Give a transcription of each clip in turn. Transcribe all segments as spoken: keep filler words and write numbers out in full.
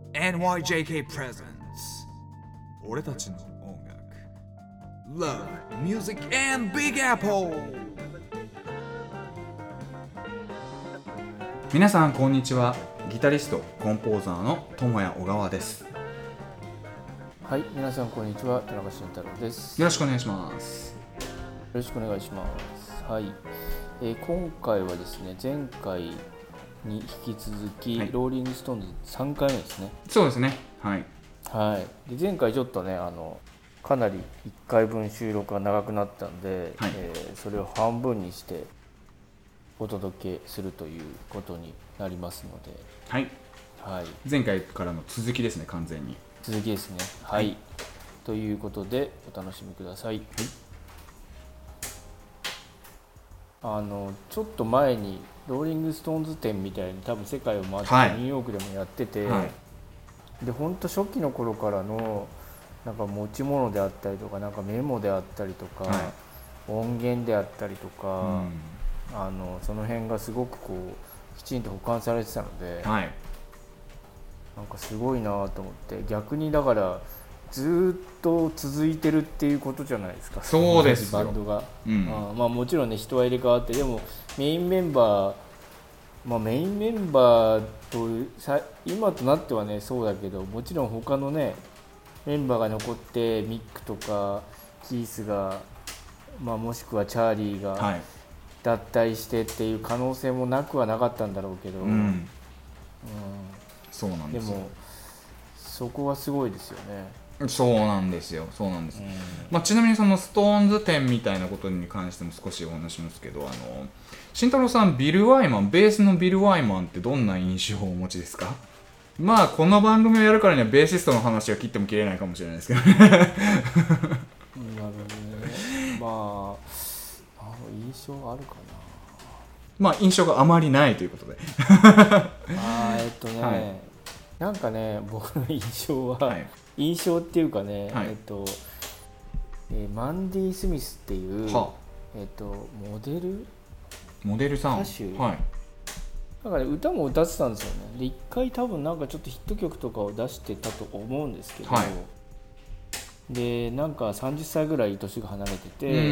エヌワイジェーケー Presents 俺たちの音楽 Love, Music and Big Apple。 皆さんこんにちは。ギタリストコンポーザーの友谷小川です。 はい、皆さんこんにちは。田中慎太郎です。 よろしくお願いします。 よろしくお願いします。はい、えー、今回はですね、前回に引き続き、はい、ローリングストーンズさんかいめですね。 そうですね。はい。 はい。で前回ちょっとね、あのかなりいっかいぶん収録が長くなったんで、はい、えー、それを半分にしてお届けするということになりますので、 はい。はい、前回からの続きですね、完全に。 続きですね。はい。はい、ということでお楽しみください。はい。あのちょっと前にローリングストーンズ展みたいに多分世界を回って、はい、ニューヨークでもやってて、はい、で本当初期の頃からのなんか持ち物であったりとか、なんかメモであったりとか、はい、音源であったりとか、うん、あのその辺がすごくこうきちんと保管されてたので、はい、なんかすごいなと思って、逆にだからずっと続いてるっていうことじゃないですか。 そうですよ、 バンドが、 うん、 あまあ、もちろんね人は入れ替わって、でもメインメンバー、まあ、メインメンバーとさ今となってはねそうだけど、もちろん他のねメンバーが残って、ミックとかキースが、まあ、もしくはチャーリーが脱退してっていう可能性もなくはなかったんだろうけど、うんうん、 そうなんですよ。 でもそこはすごいですよね。 そうなんですよ、そうなんです、うん、まあ、ちなみにそのストーンズ展みたいなことに関しても少しお話しますけど、あの慎太郎さん、ビル・ワイマン、ベースのビル・ワイマンってどんな印象をお持ちですか？まあこの番組をやるからにはベーシストの話は切っても切れないかもしれないですけどね。なるほどね。 まあ印象あるかな。 まあ印象があまりないということで。 あえっとね、はい、なんかね、僕の印象は、はい、印象っていうかね、はい、えっと、えー、マンディ・スミスっていう、はえっと、モデルモデルさん、 歌手、 はい、 なんかね、歌も歌ってたんですよね。で一回多分なんかちょっとヒット曲とかを出してたと思うんですけど、はい、でなんかさんじゅっさいぐらい年が離れてて、うんうん、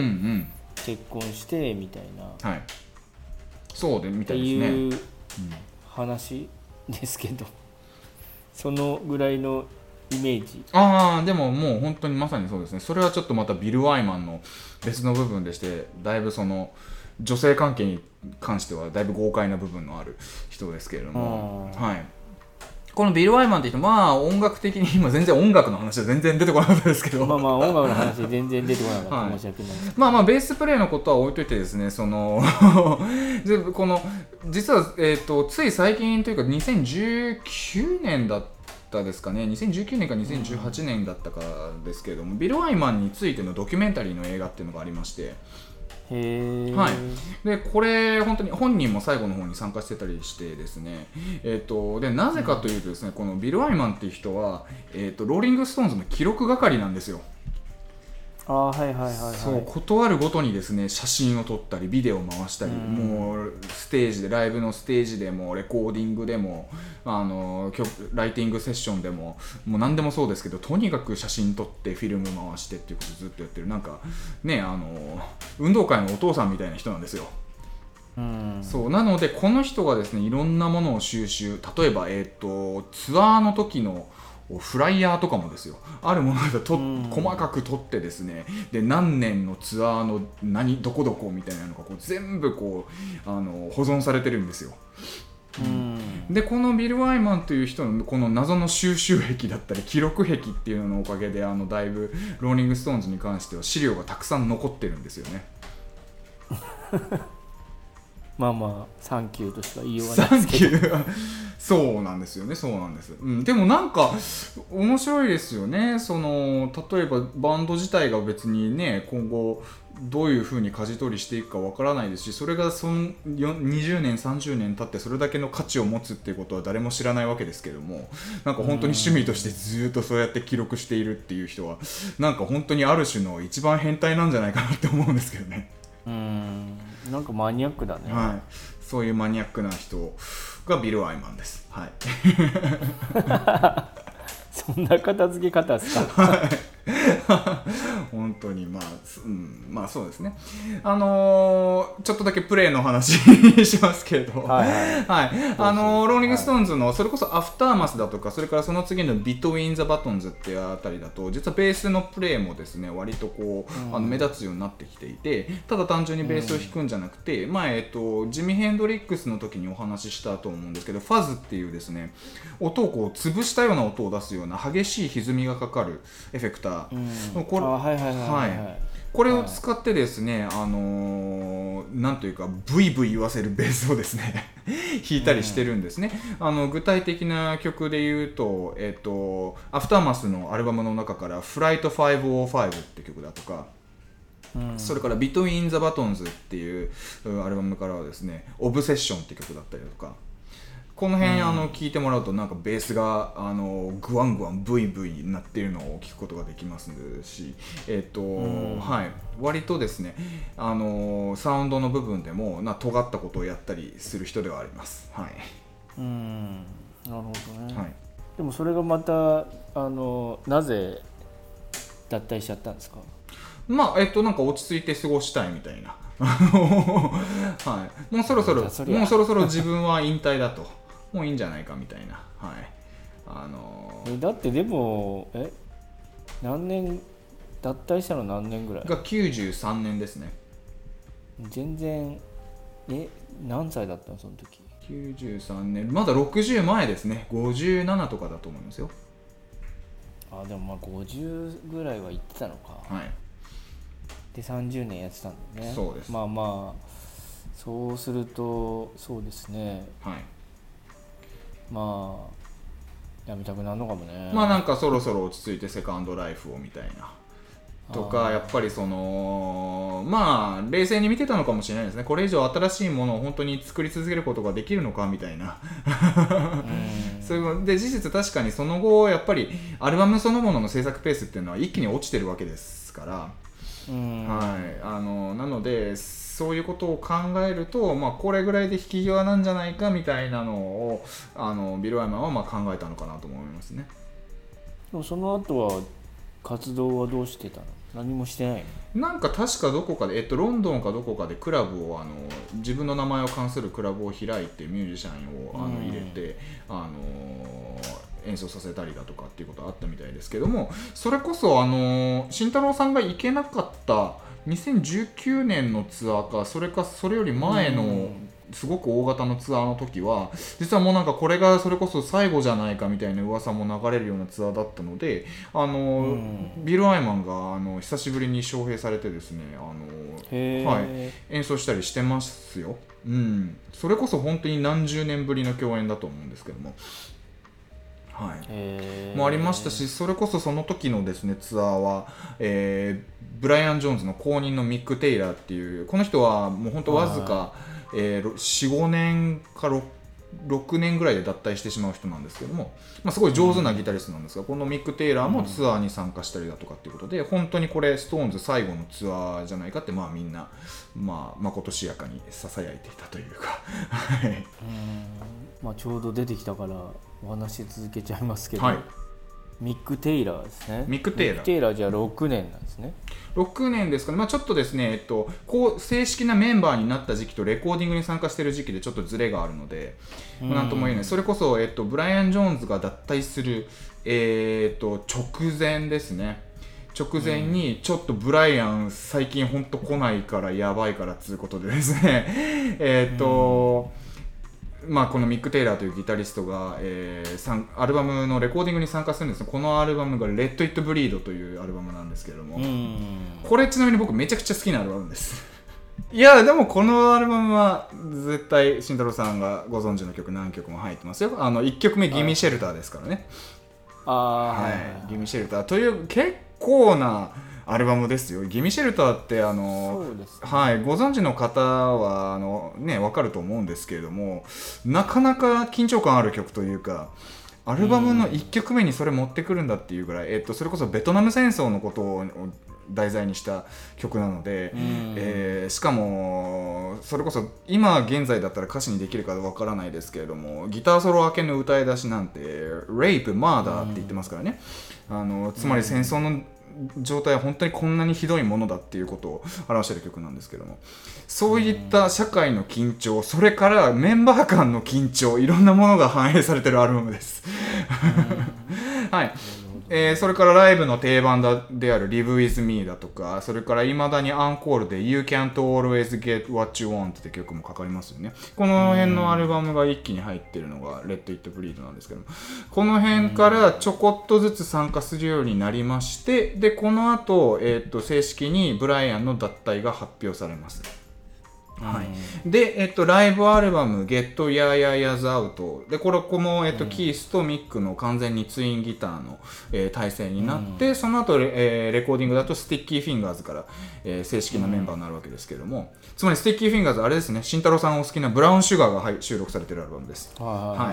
結婚してみたいな、はい、 そうでみたいですねっていう話ですけど、そのぐらいのイメージ。 ああ、でももう本当にまさにそうですね。それはちょっとまたビル・ワイマンの別の部分でして、だいぶその女性関係に関してはだいぶ豪快な部分のある人ですけれども、はい、このビル・ワイマンって人、まあ音楽的に今全然音楽の話は全然出てこなかったですけど、 まあまあ音楽の話全然出てこなかった、はい、申し訳ない。 まあまあベースプレイのことは置いといてですね、そのこの実は、えーと、つい最近というかにせんじゅうきゅうねんだったですかね、にせんじゅうきゅうねんかにせんじゅうはちねんだったかですけれども、ビル・ワイマンについてのドキュメンタリーの映画っていうのがありまして、 へー、 はい、でこれ本当に本人も最後の方に参加してたりしてですね、えー、とでなぜかというとですね、このビル・ワイマンっていう人は、えー、とローリング・ストーンズの記録係なんですよ。 あ、はいはいはいはい、 そうことあるごとにですね、写真を撮ったりビデオを回したり、もうステージでライブのステージでもレコーディングでもあのライティングセッションでももう何でもそうですけど、とにかく写真撮ってフィルム回してっていうことをずっとやってる、なんかね、あの運動会のお父さんみたいな人なんですよ。うん、そうなのでこの人がですね、いろんなものを収集、例えば、えーと、ツアーの時のフライヤーとかもですよ、あるものでと細かく撮ってですね、で何年のツアーの何どこどこみたいなのがこう全部こうあの保存されてるんですよ。うん、でこのビル・ワイマンという人のこの謎の収集癖だったり記録癖っていうののおかげで、あのだいぶローリング・ストーンズに関しては資料がたくさん残ってるんですよね。 まあまあサンキューとしか言いようがないですけど、サンキューそうなんですよね、そうなんです、うん、でもなんか面白いですよね。その例えばバンド自体が別にね、今後どういう風に舵取りしていくかわからないですし、それがそのにじゅうねんさんじゅうねん経ってそれだけの価値を持つっていうことは誰も知らないわけですけども、なんか本当に趣味としてずっとそうやって記録しているっていう人はなんか本当にある種の一番変態なんじゃないかなって思うんですけどね。 うーん、なんかマニアックだね、 はい、そういうマニアックな人がビル・アイマンです。はいそんな片付け方ですか本当にまあ、うん、まあそうですね。あのー、ちょっとだけプレイの話しますけど、はい、はいはい、あのー、ローリングストーンズのそれこそアフターマスだとか、それからその次のビトウィン・ザ・バトンズっていうあたりだと、実はベースのプレイもですね、割とこう、うん、あの目立つようになってきていて、ただ単純にベースを弾くんじゃなくて、うん、まあえっとジミ・ヘンドリックスの時にお話ししたと思うんですけど、ファズっていうですね、音をこう潰したような音を出すような激しい歪みがかかるエフェクター、うん、これ、はいはいはいはいはい、これを使ってですね、あのー、なんというかブイブイ言わせるベースをですね弾いたりしてるんですね、うん、あの具体的な曲で言うと、えっと、アフターマスのアルバムの中からフライトごひゃくごって曲だとか、うん、それからビトウィン・ザ・バトンズっていうアルバムからはですね、オブセッションって曲だったりとか、この辺、うん、あの聞いてもらうとなんかベースがあのグワングワンブイブイになっているのを聞くことができますし、えっと、うん、はい、割とですね、あのサウンドの部分でもな尖ったことをやったりする人ではあります。はい。 うん、なるほどね。 はい、 でもそれがまたあのなぜ脱退しちゃったんですか？ まあえっとなんか落ち着いて過ごしたいみたいな。はい。もうそろそろもうそろそろ自分は引退だと。もういいんじゃないかみたいな、はい、あのー、 えだってでもえ何年脱退したの何年ぐらい？ がきゅうじゅうさんねんですね。 全然え何歳だったのその時？ きゅうじゅうさんねん、まだろくじゅう前ですね。ごじゅうななとかだと思いますよ。 あでもまあごじゅうぐらいは行ってたのか。 はい。 でさんじゅうねんやってたんだよね。 そうです。 まあまあそうするとそうですね。 はい。 まあやめたくなるのかもね。 まあなんかそろそろ落ち着いてセカンドライフをみたいなとか、やっぱりそのまあ冷静に見てたのかもしれないですね。これ以上新しいものを本当に作り続けることができるのかみたいなうんそれで事実確かにその後やっぱりアルバムそのものの制作ペースっていうのは一気に落ちてるわけですから、うんはい、あのなのでそういうことを考えると、まあ、これぐらいで引き際なんじゃないかみたいなのをあのビル・アイマンはまあ考えたのかなと思いますね。 でもその後は活動はどうしてたの？何もしてないの？なんか確かどこかで、えっと、ロンドンかどこかでクラブをあの自分の名前を関するクラブを開いてミュージシャンをあの入れて、あの演奏させたりだとかっていうことあったみたいですけども、それこそあの慎太郎さんが行けなかったにせんじゅうきゅうねんのツアーか、それかそれより前のすごく大型のツアーの時は実はもうなんかこれがそれこそ最後じゃないかみたいな噂も流れるようなツアーだったので、あのビル・アイマンがあの久しぶりに招聘されてですね、あの、はい、演奏したりしてますよ、うん、それこそ本当に何十年ぶりの共演だと思うんですけども、はい、もありましたし、それこそその時のですねツアーは、えー、ブライアン・ジョーンズの後任のミック・テイラーっていう、この人はもう本当わずか、えー、よん、ごねんか 6, ろくねんぐらいで脱退してしまう人なんですけども、まあ、すごい上手なギタリストなんですが、このミック・テイラーもツアーに参加したりだとかっていうことで、本当にこれストーンズ最後のツアーじゃないかって、まあみんなまあまことしやかにささやいていたというかうん、 まあ、ちょうど出てきたからお話し続けちゃいますけど、 はい、 ミック・テイラーですね。 ミック・テイラー。 ミック・テイラーじゃあろくねんなんですね。 ろくねんですかね、まあ、ちょっとですね、えっと、こう正式なメンバーになった時期とレコーディングに参加している時期でちょっとズレがあるので、なんとも言えない。それこそ、えっと、ブライアン・ジョーンズが脱退する、えー、っと直前ですね。直前にちょっとブライアン最近ほんと来ないからやばいからということでですねえっと、まあ、このミック・テイラーというギタリストが、えー、アルバムのレコーディングに参加するんですね。このアルバムが Let It Bleed というアルバムなんですけれども、これちなみに僕めちゃくちゃ好きなアルバムですいやでもこのアルバムは絶対慎太郎さんがご存知の曲何曲も入ってますよ。あのいっきょくめ Gimme Shelter ですからね。 あ、 はい、Gimme Shelter という結構なアルバムですよ。ギミシェルターってあの、 そうですね、 はい、ご存知の方はあの、ね、分かると思うんですけれども、なかなか緊張感ある曲というか、アルバムのいっきょくめにそれ持ってくるんだっていうぐらい、えっと、それこそベトナム戦争のことを題材にした曲なので、えー、しかもそれこそ今現在だったら歌詞にできるかわからないですけれども、ギターソロ明けの歌い出しなんてレイプマーダーって言ってますからね。あのつまり戦争の状態は本当にこんなにひどいものだっていうことを表している曲なんですけども、そういった社会の緊張、それからメンバー間の緊張、いろんなものが反映されているアルバムですはい、えー、それからライブの定番だである Live With Me だとか、それからいまだにアンコールで You Can't Always Get What You Want って曲もかかりますよね。この辺のアルバムが一気に入ってるのが Let It Bleed なんですけども、この辺からちょこっとずつ参加するようになりまして、でこの後、えー、と正式にブライアンの脱退が発表されます。はい、で、えっと、ライブアルバム Get Ya Ya Ya's Out で、これこの、えっと、キースとミックの完全にツインギターの、えー、体制になって、うん、その後レ、えー、レコーディングだと Sticky Fingers から、えー、正式なメンバーになるわけですけれども、うん、つまり Sticky Fingers あれですね、慎太郎さんお好きなブラウンシュガーが、はい、収録されているアルバムです。はい、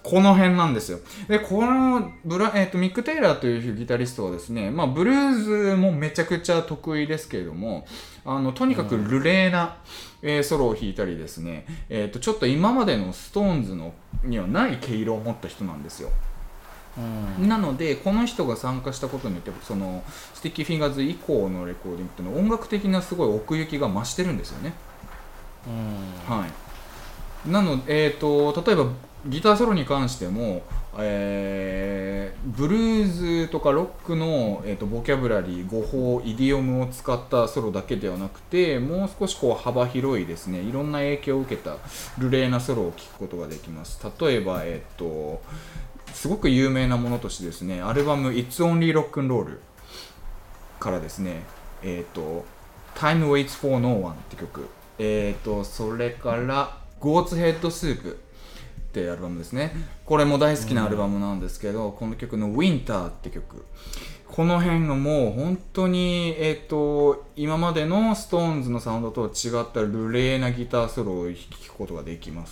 この辺なんですよ。で、このブラ、えー、とミック・テイラーというギタリストはですね、まあ、ブルーズもめちゃくちゃ得意ですけれども、あのとにかくルレーな、うんえー、ソロを弾いたりですね、えー、とちょっと今までのストーンズのにはない毛色を持った人なんですよ。うん、なのでこの人が参加したことによってそのスティッキーフィンガーズ以降のレコーディングっていうのは音楽的なすごい奥行きが増してるんですよね。うん、はい、なので、えー、と例えばギターソロに関しても、えー、ブルーズとかロックの、えー、とボキャブラリー、語法、イディオムを使ったソロだけではなくて、もう少しこう幅広いですね、いろんな影響を受けたルレーなソロを聴くことができます。例えば、えー、とすごく有名なものとしてですね、アルバム It's Only Rock'n'Roll からですね、えー、と Time Waits for No One って曲、えー、とそれから Goat's Head Soupってアルバムですね。これも大好きなアルバムなんですけど、うん、この曲の Winter って曲、この辺がもう本当に、えー、と今までの SixTONES のサウンドとは違ったルレーなギターソロを聴くことができます。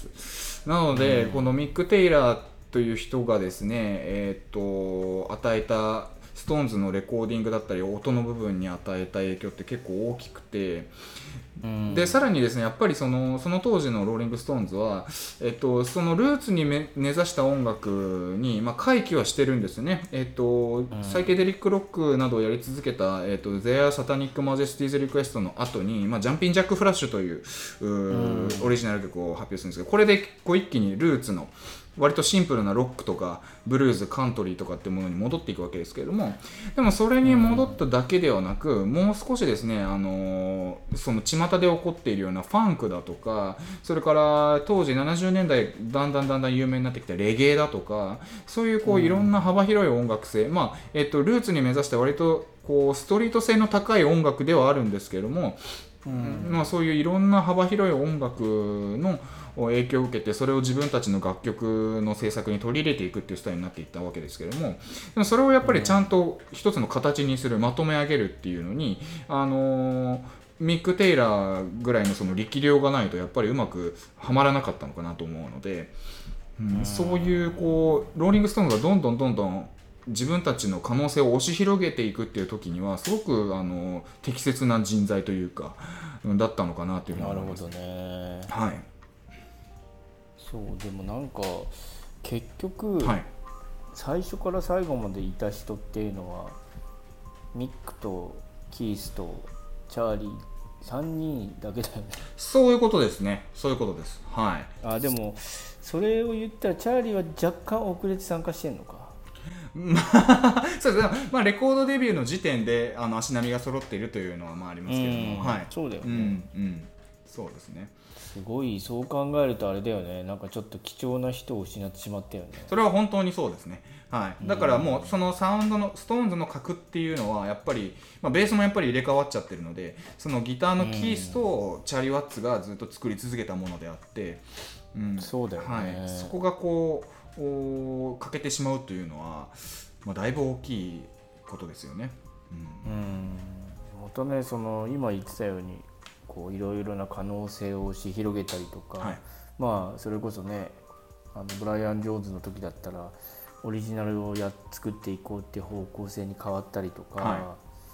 なので、うん、このミック・テイラーという人がですね、えー、と与えたSixTONES のレコーディングだったり音の部分に与えた影響って結構大きくて、うん、でさらにですね、やっぱりその、その当時のローリング・ストーンズは、えっと、そのルーツに根ざした音楽に、まあ、回帰はしてるんですよね。えっとうん、サイケデリックロックなどをやり続けた、えっと、Their Satanic Majesty's Request の後に、まあ、ジャンピン・ジャック・フラッシュという、う、うん、オリジナル曲を発表するんですけど、これでこう一気にルーツの割とシンプルなロックとかブルーズ、カントリーとかっていうものに戻っていくわけですけれども、でもそれに戻っただけではなく、もう少しですね、あのー、その巷で起こっているようなファンクだとか、それから当時ななじゅうねんだいだんだんだんだん有名になってきたレゲエだとか、そういうこういろんな幅広い音楽性、まあえっと、ルーツに目指して割とこうストリート性の高い音楽ではあるんですけれども、うんまあ、そういういろんな幅広い音楽の影響を受けて、それを自分たちの楽曲の制作に取り入れていくっていうスタイルになっていったわけですけれども、でもそれをやっぱりちゃんと一つの形にする、まとめ上げるっていうのに、あのー、ミック・テイラーぐらいのその力量がないとやっぱりうまくはまらなかったのかなと思うので、うん、そういうこうローリング・ストーンがどんどんどんどん自分たちの可能性を押し広げていくっていう時にはすごくあの適切な人材というかだったのかなというふうに思います。 なるほどね。 はい。 そうでもなんか結局、 はい、 最初から最後までいた人っていうのはミックとキースとチャーリーさんにんだけだよね。 そういうことですね。そういうことです。はい。 あでもそれを言ったらチャーリーは若干遅れて参加してんのか。 まあ、そうですね。まあレコードデビューの時点であの足並みが揃っているというのはまあありますけども、はい。 そうだよね。 うんうん、そうですね。 すごいそう考えるとあれだよね。なんかちょっと貴重な人を失ってしまったよね。 それは本当にそうですね。はい。だからもうそのサウンドのストーンズの核っていうのはやっぱり、まあ、ベースもやっぱり入れ替わっちゃってるので、そのギターのキースとチャーリー・ワッツがずっと作り続けたものであって、 うん、そうだよね。 はい。そこがこう欠けてしまうというのは、まあ、だいぶ大きいことですよね。 うん。うん、またね、その今言ってたようにこういろいろな可能性を押し広げたりとか、はい、まあそれこそね、あのブライアン・ジョーンズの時だったらオリジナルをや作っていこうっていう方向性に変わったりとか、はい、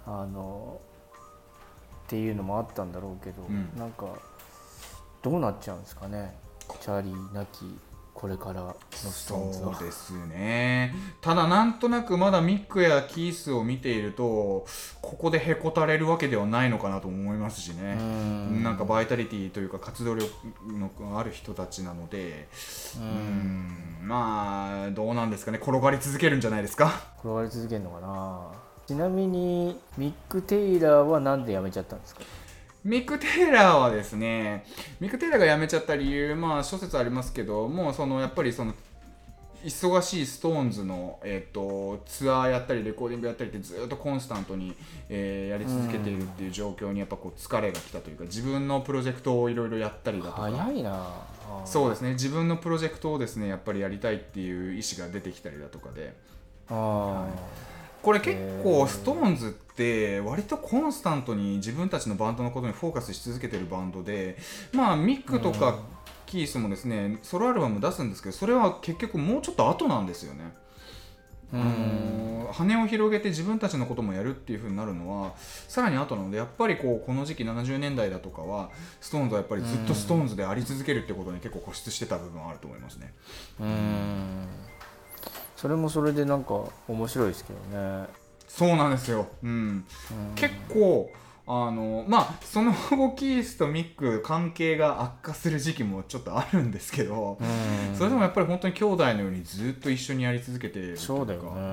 あのっていうのもあったんだろうけど、 うん、 なんかどうなっちゃうんですかね、チャーリーなきこれからのストーンズは。 そうですね。ただなんとなくまだミックやキースを見ているとここでへこたれるわけではないのかなと思いますしね。んなんかバイタリティというか活動力のある人たちなので、うーんまあどうなんですかね、転がり続けるんじゃないですか。 転がり続けるのかな。ちなみにミック・テイラーはなんで辞めちゃったんですか。 ミック・テイラーはですね、ミック・テイラーが辞めちゃった理由、まあ諸説ありますけども、そのやっぱりその忙しいストーンズの、えー、とツアーやったりレコーディングやったりってずっとコンスタントに、えー、やり続けているっていう状況にやっぱこう疲れが来たというか、自分のプロジェクトをいろいろやったりだとか、 早いな。 そうですね、自分のプロジェクトをですねやっぱりやりたいっていう意思が出てきたりだとかで、 あ、 はい、これ結構ストーンズって割とコンスタントに自分たちのバンドのことにフォーカスし続けてるバンドで、まあミックとかキースもですねソロアルバム出すんですけど、それは結局もうちょっと後なんですよね。あのー、羽を広げて自分たちのこともやるっていう風になるのはさらに後なので、やっぱりこうこの時期ななじゅうねんだいだとかはストーンズはやっぱりずっとストーンズであり続けるってことに結構固執してた部分はあると思いますね。 うーん、それもそれでなんか面白いですけどね。 そうなんですよ、うん、うん、結構あのまあその後キースとミック関係が悪化する時期もちょっとあるんですけど、それでもやっぱり本当に兄弟のようにずっと一緒にやり続けているというか。 そうだよね、 うんうん、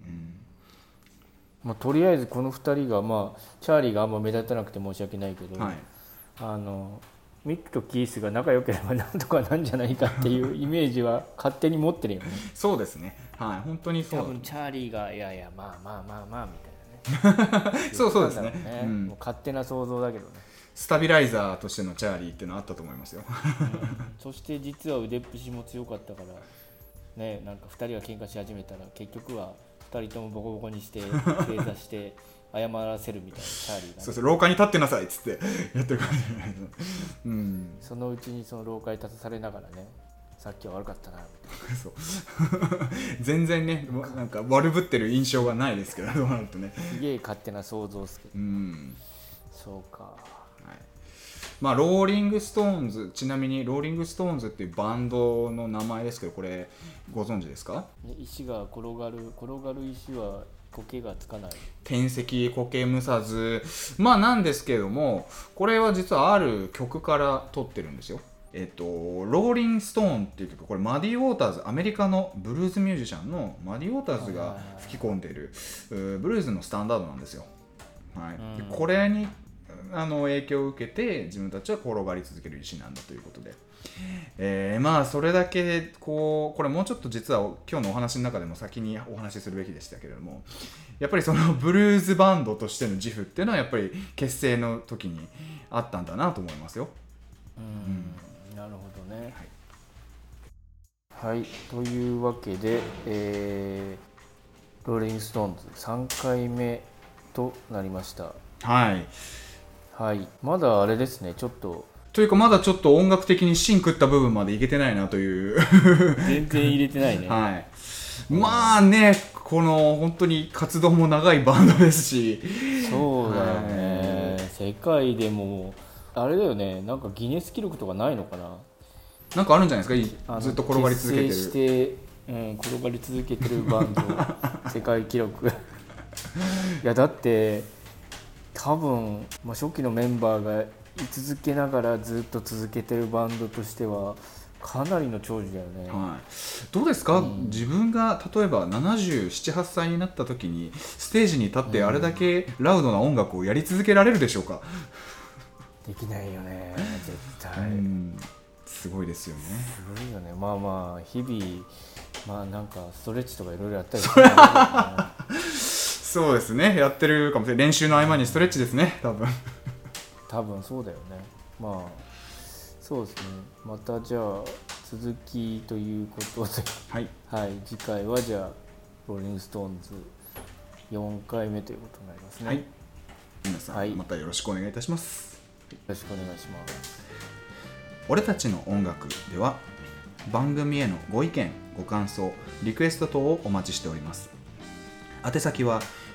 まあ、とりあえずこのふたりが、まあ、チャーリーがあんま目立たなくて申し訳ないけど、 はい、 あのミックとキースが仲良ければなんとかなんじゃないかっていうイメージは勝手に持ってるよね。 そうですね、はい、本当にそう。 多分チャーリーがいやいやまあまあまあまあみたいなそうそうですね、 ね、 うん、 もう勝手な想像だけどね。 スタビライザーとしてのチャーリーっていうのはあったと思いますよ、うん、 そして実は腕っぷしも強かったからね、なんかふたりが喧嘩し始めたら結局はふたりともボコボコにして正座して謝らせるみたいなチャーリーが、ね、 そうそう、廊下に立ってなさいっつってやってる感じじゃないですか、うん、 そのうちにその廊下に立たされながらね、さっきは悪かったなみたいなそう全然ねなんか悪ぶってる印象がないですけど、どうなるとねすげえ勝手な想像ですけど、 うん、 そうか、はい、 まあローリングストーンズ、ちなみにローリングストーンズっていうバンドの名前ですけど、これご存知ですか。 石が転がる転がる石は苔がつかない、 天石苔むさず、まあなんですけれども、これは実はある曲から取ってるんですよ。えっと、ローリングストーンっていう曲、これマディ・ウォーターズ、アメリカのブルーズミュージシャンのマディ・ウォーターズが吹き込んでいるブルーズのスタンダードなんですよ、はい、でこれにあの影響を受けて自分たちは転がり続ける石なんだということで、えー、まあそれだけこう、これもうちょっと実は今日のお話の中でも先にお話しするべきでしたけれども、やっぱりそのブルーズバンドとしての自負っていうのはやっぱり結成の時にあったんだなと思いますよ。 うん、うん、なるほどね、はい、はい、というわけで、えー、ローリングストーンズさんかいめとなりました。 はい、 はい、まだあれですね、ちょっとというかまだちょっと音楽的に芯食った部分までいけてないなという全然入れてないね、 はい、まあね、この本当に活動も長いバンドですし、 そうだよね、はい、世界でもあれだよね、なんかギネス記録とかないのかな。 なんかあるんじゃないですか、ずっと転がり続けてる、 結成して、うん、転がり続けてるバンド世界記録いやだって多分、まあ、初期のメンバーが居続けながらずっと続けてるバンドとしてはかなりの長寿だよね、 はい、どうですか、うん、自分が例えばななじゅうなな、はっさいになった時にステージに立ってあれだけラウドな音楽をやり続けられるでしょうか。 できないよね絶対、うん、 すごいですよね。 すごいよね。まあまあ日々まあなんかストレッチとかいろいろやったりする、ね、 そうですね、やってるかもしれない。練習の合間にストレッチですね、多分多分そうだよね。まあそうですね、またじゃあ続きということで、 はい、はい、 次回はじゃあローリングストーンズよんかいめということになりますね。 はい、皆さん、はい、またよろしくお願いいたします。 よろしくお願いします。 俺たちの音楽では番組へのご意見、ご感想、リクエスト等をお待ちしております。宛先は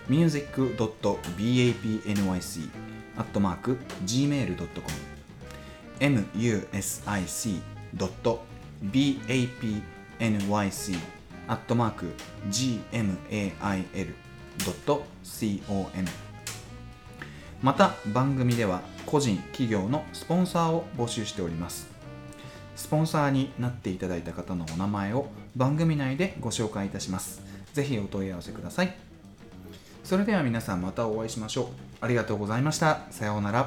ミュージックドットバプニク アットマーク ジーメールドットコム ミュージックドットバプニク アットマーク ジーメールドットコム また番組では個人企業のスポンサーを募集しております。スポンサーになっていただいた方のお名前を番組内でご紹介いたします。ぜひお問い合わせください。それでは皆さんまたお会いしましょう。ありがとうございました。さようなら。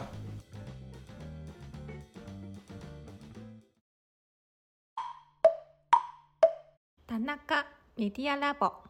田中メディアラボ